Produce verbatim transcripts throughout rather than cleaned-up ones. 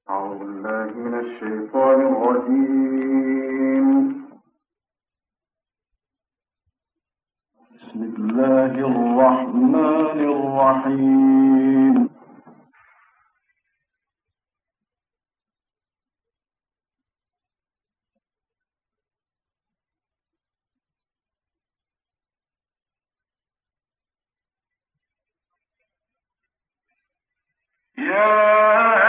أعوذ بالله من الشيطان الرجيم. بسم الله الرحمن الرحيم. يا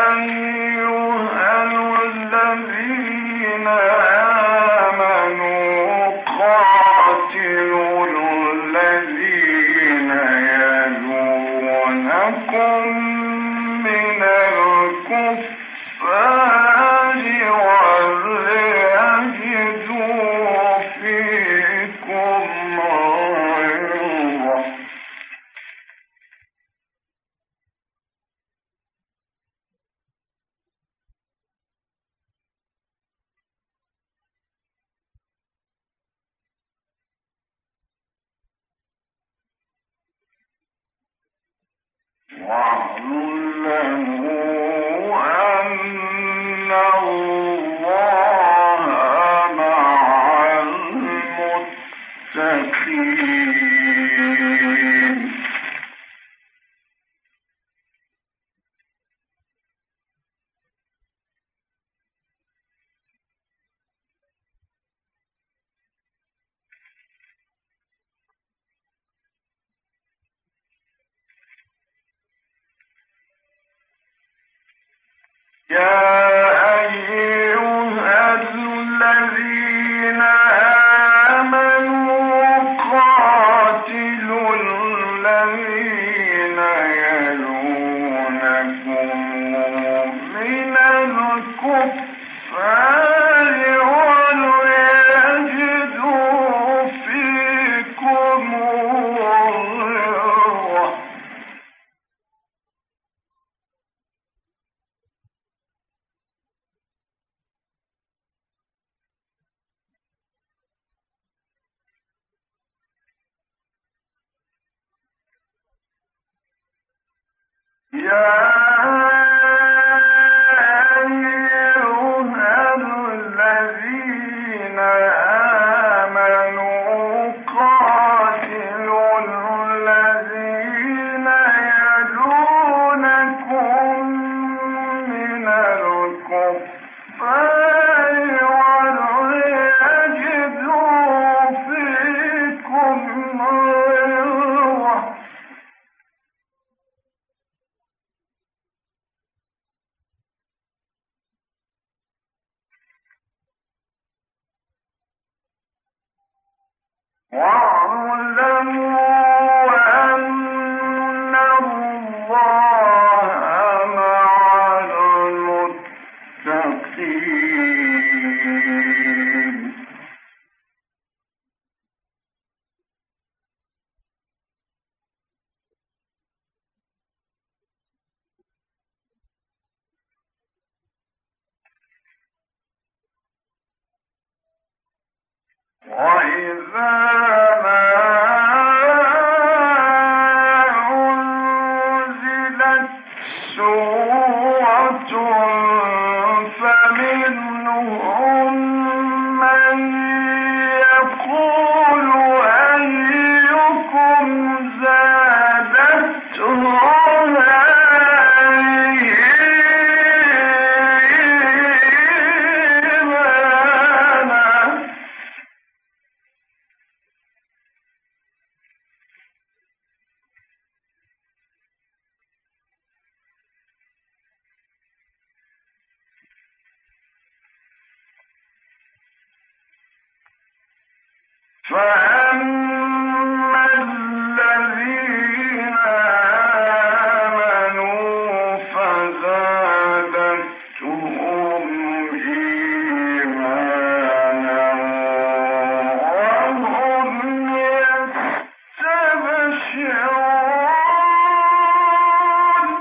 واعلموا أن الله مع المتقين. يا أيها الذين آمنوا قاتلوا الذين يلونكم من الكفار وليجدوا فيكم غلظة. يا أيها الذين آمنوا قاتلوا الذين يلونكم من الكفار وليجدوا فيكم غلظة. واعلموا أن الله مع المتقين. وإذا ما أنزلت سورة فمنهم من يقول أيكم زادته فأما الذين آمنوا فزادتهم إيمانا وهم يستبشرون.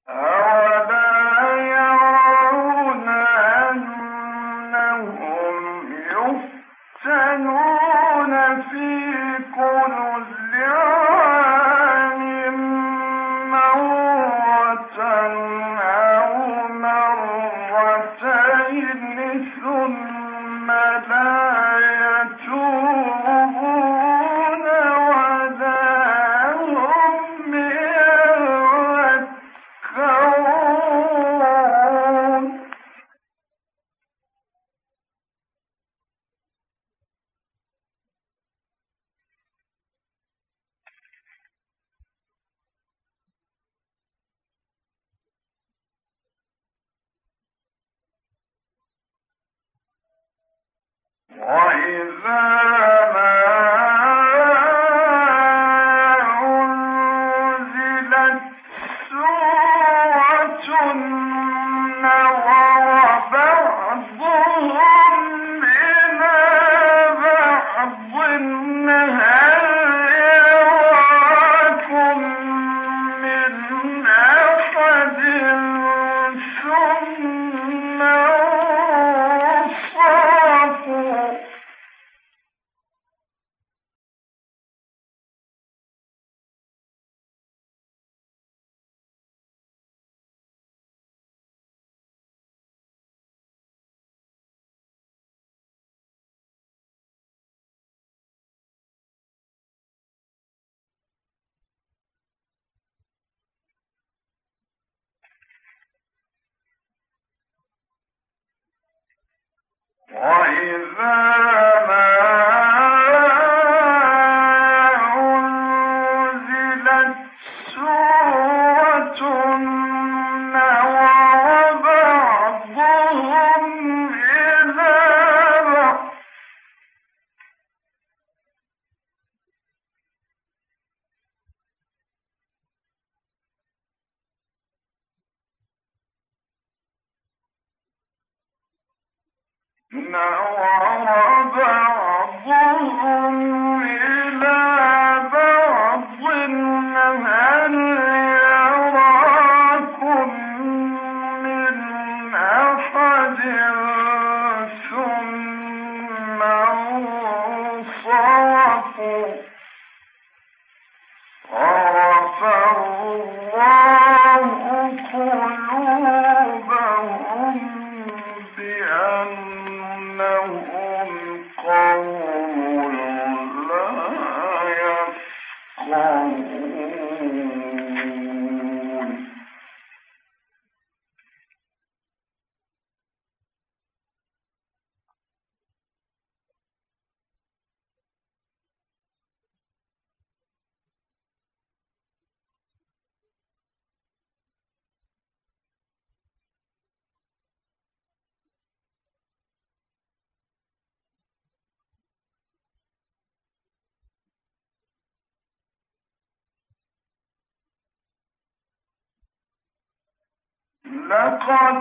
لقد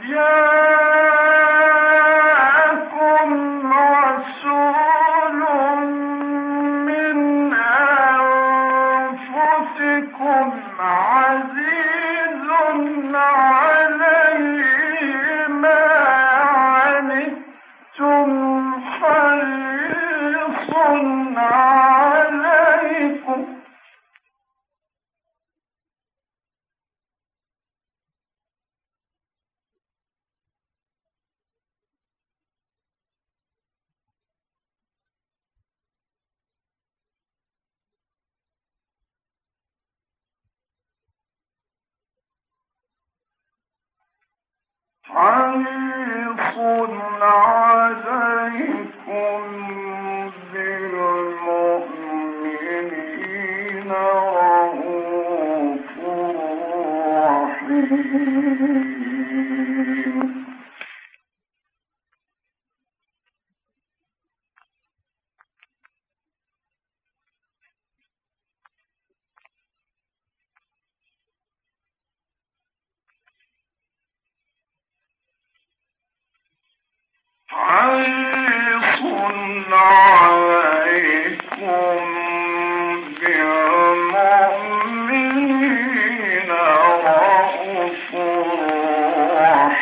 جاءكم رسول من أنفسكم عزيز عليه ما عنتم حريص عليكم حريص عليكم بالمؤمنين رؤوف رحيم حريص عليكم بالمؤمنين رؤوف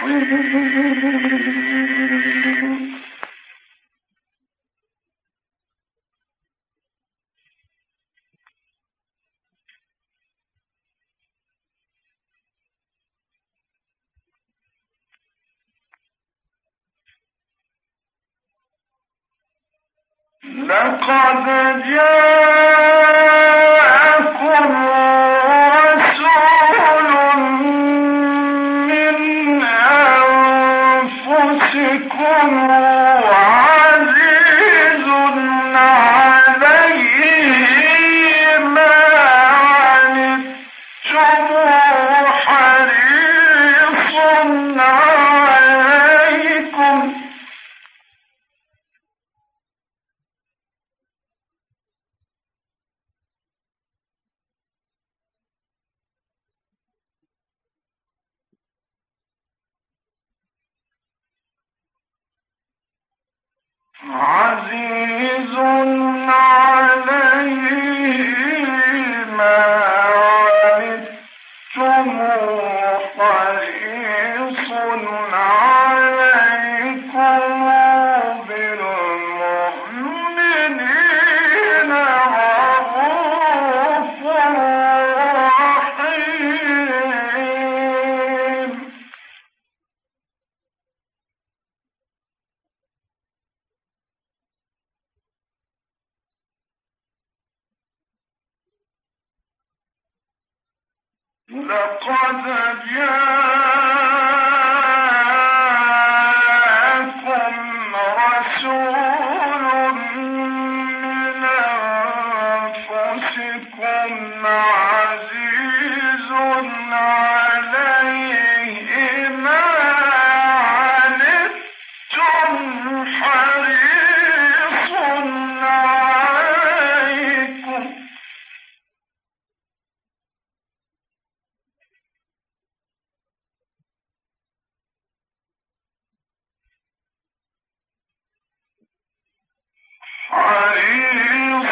لقد جاءكم رسول من أنفسكم عزيز عليه ما عنتم حريص عليكم عزيز عليه ما عنتم حريص عليكم بالمؤمنين رءوف رحيم لقد جاءكم رسول من أنفسكم عزيز عليه ما عنتم حريص عليكم حريص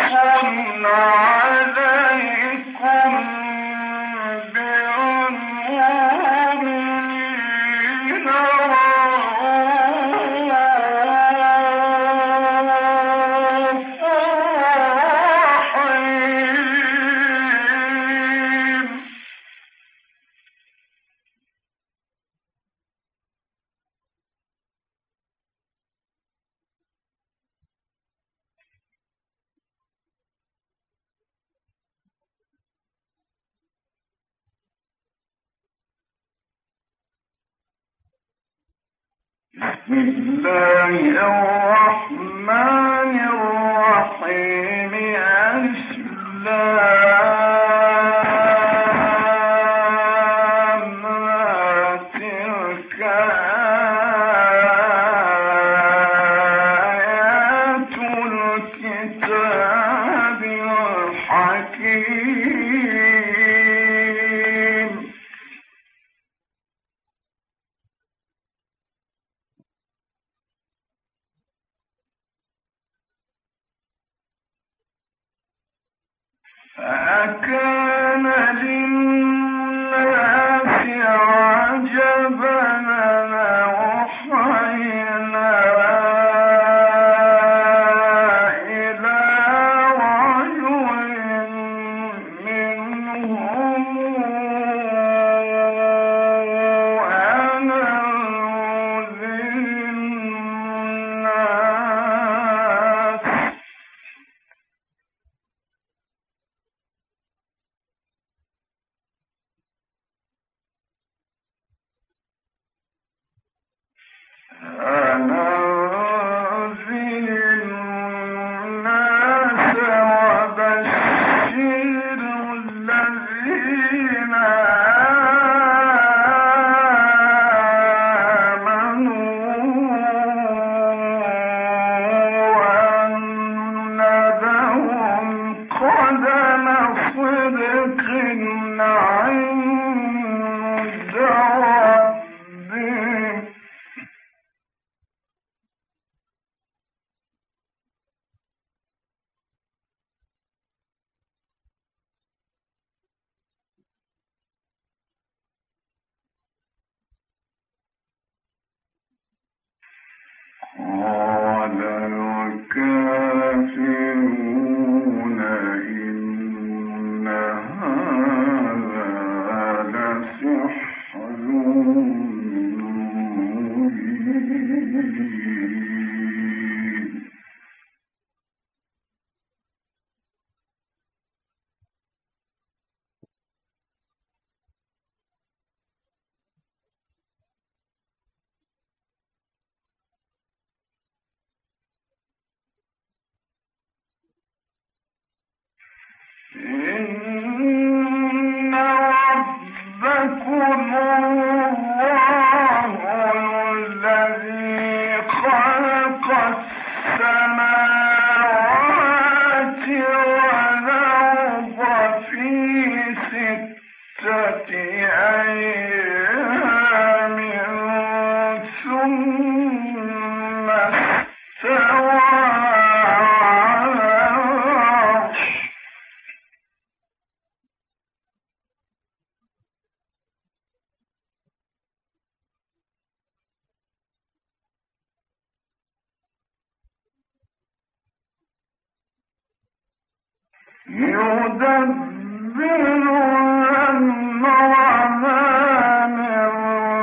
عليكم بالمؤمنين رءوف رحيم بسم الله الرحمن الرحيم ألف لام را تلك آيات الكتاب الحكيم فأكان للناس عجبا أوحينا إلى رجل منهم أن أنذر الناس قال الكافرون إن هذا لسحر مبين. إن ربكم الله الذي خلق السماوات والأرض في ستة أيام ثم استوى يدبر الأمر ما من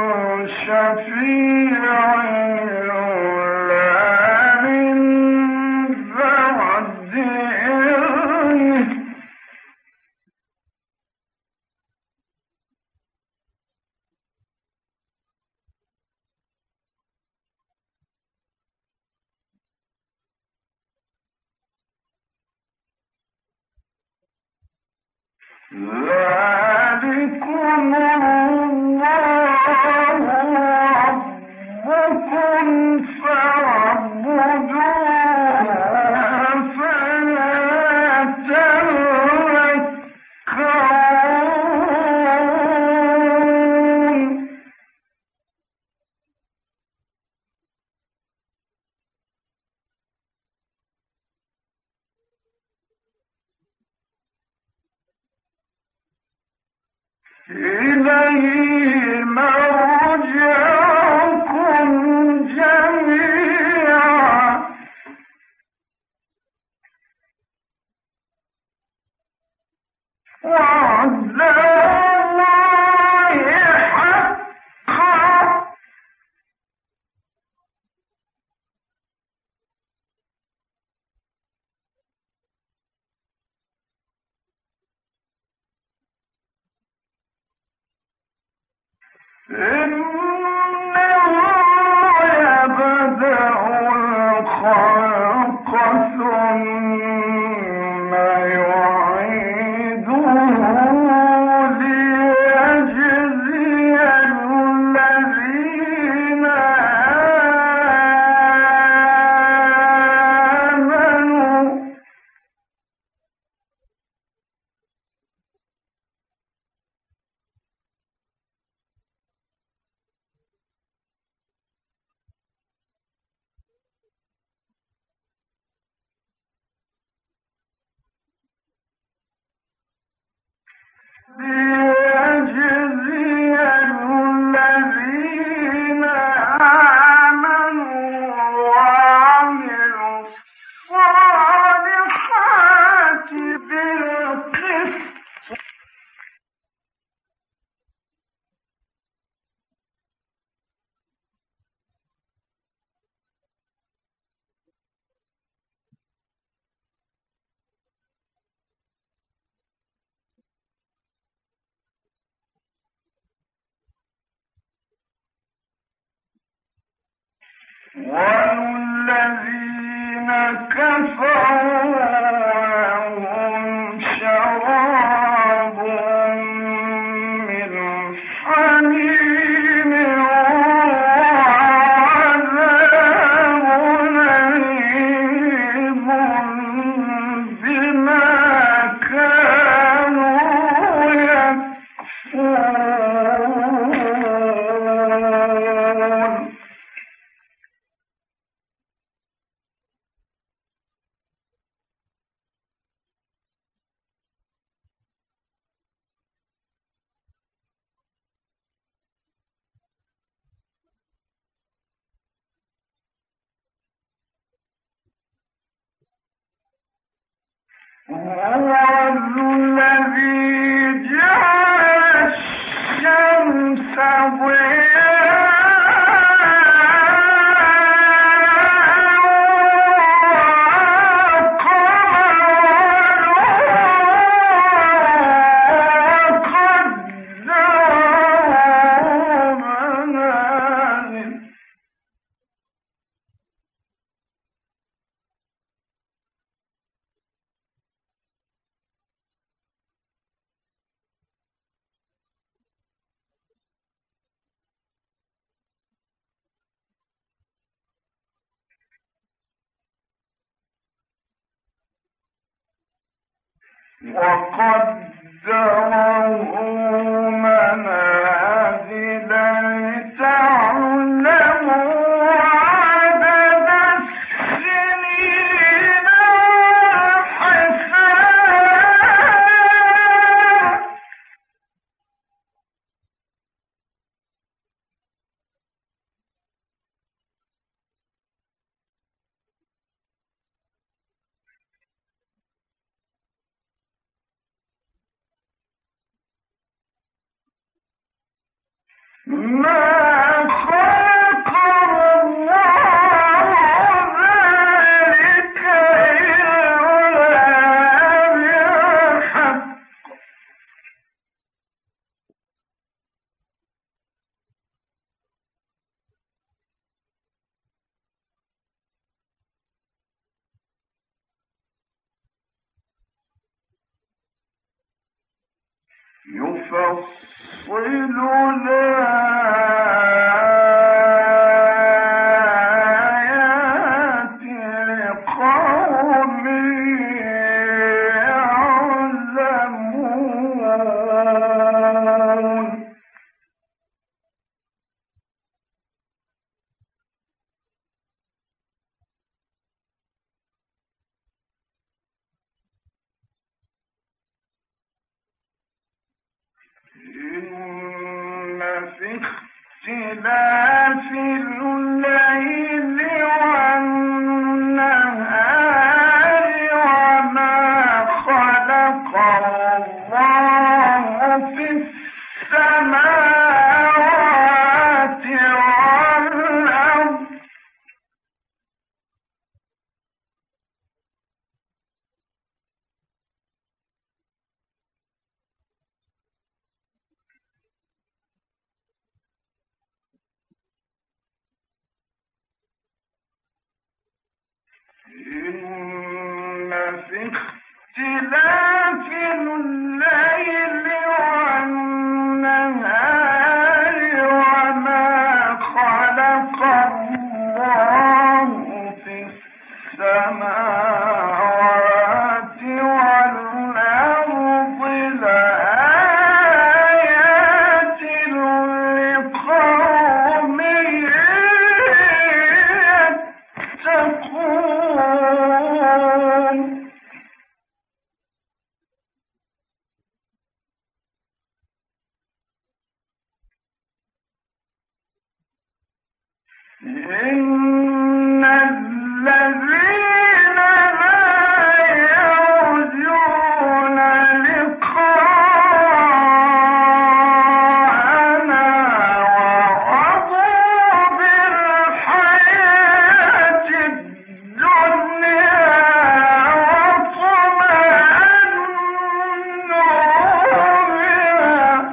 شفيع إلا من بعد إذنه ذلكم الله ربكم فاعبدوه أفلا تذكرون. إليه مرجعكم جميعا وعد الله حقا إنه يبدأ الخلق ثم يعيده ليجزي الذين آمنوا ليجزي الذين آمنوا وعملوا الصالحات بالقسط والذين كفروا لهم شراب من حميم وعذاب أليم بما كانوا يكفرون. وقدره منازل لتعلموا عدد السنين والحساب ما خلق الله ذلك إلا بالحق يفصل الآيات لقوم يعلمون إن في اختلاف الليل والنهار وما خلق الله في السماوات والأرض إن في اختلاف الليل والنهار وما خلق الله في السماوات والأرض لآيات لقوم يتقون إن الذين لا يرجون لقاءنا ورضوا بالحياة الدنيا واطمأنوا بها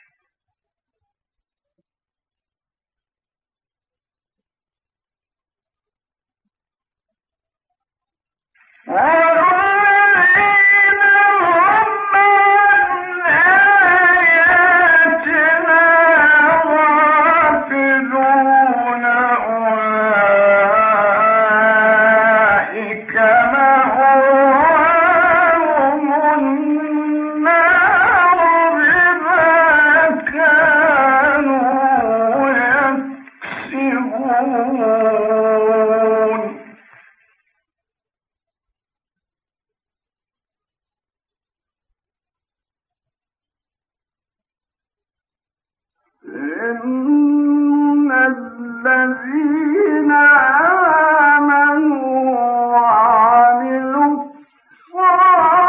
والذين هم عن آياتنا غافلون أولئك مأواهم النار بما كانوا يكسبون إن الذين آمنوا وعملوا الصالحات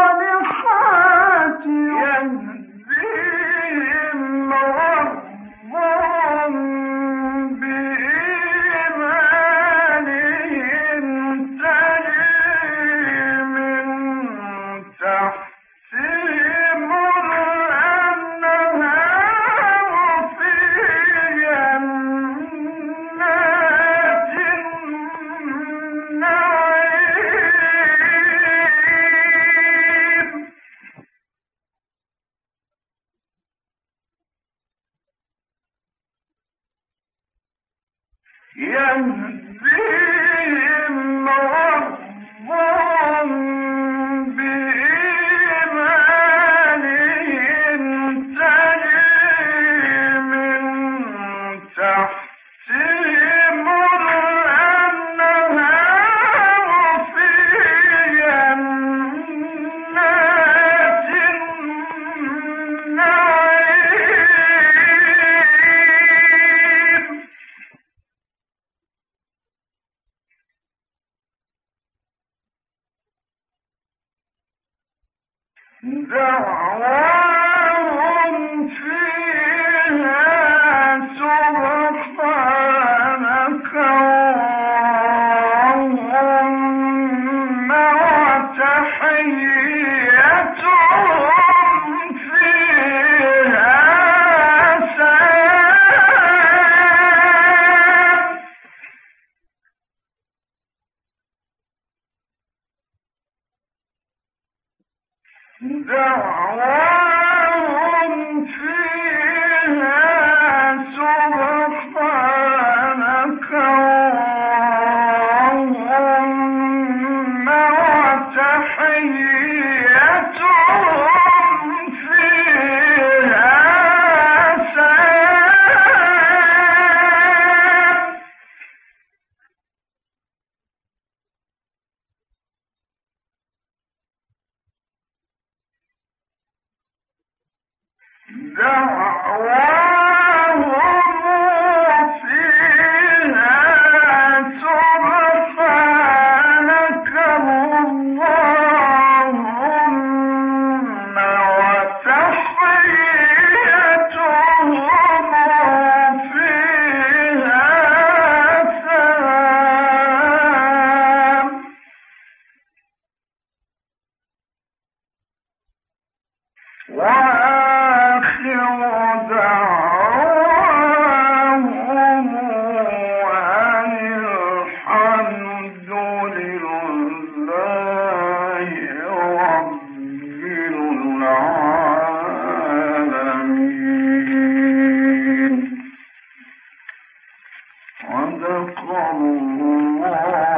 يهديهم ربهم بإيمانهم تجري من تحتهم الأنهار في جنات النعيم دعواهم فيها سبحانك اللهم وتحيتهم فيها سلام دعواهم فيها سبحانك اللهم وتحيتهم فيها سلام دعواهم فيها سبحانك اللهم وتحيتهم فيها سلام وآخر دعواهم أن الحمد لله رب العالمين. صدق الله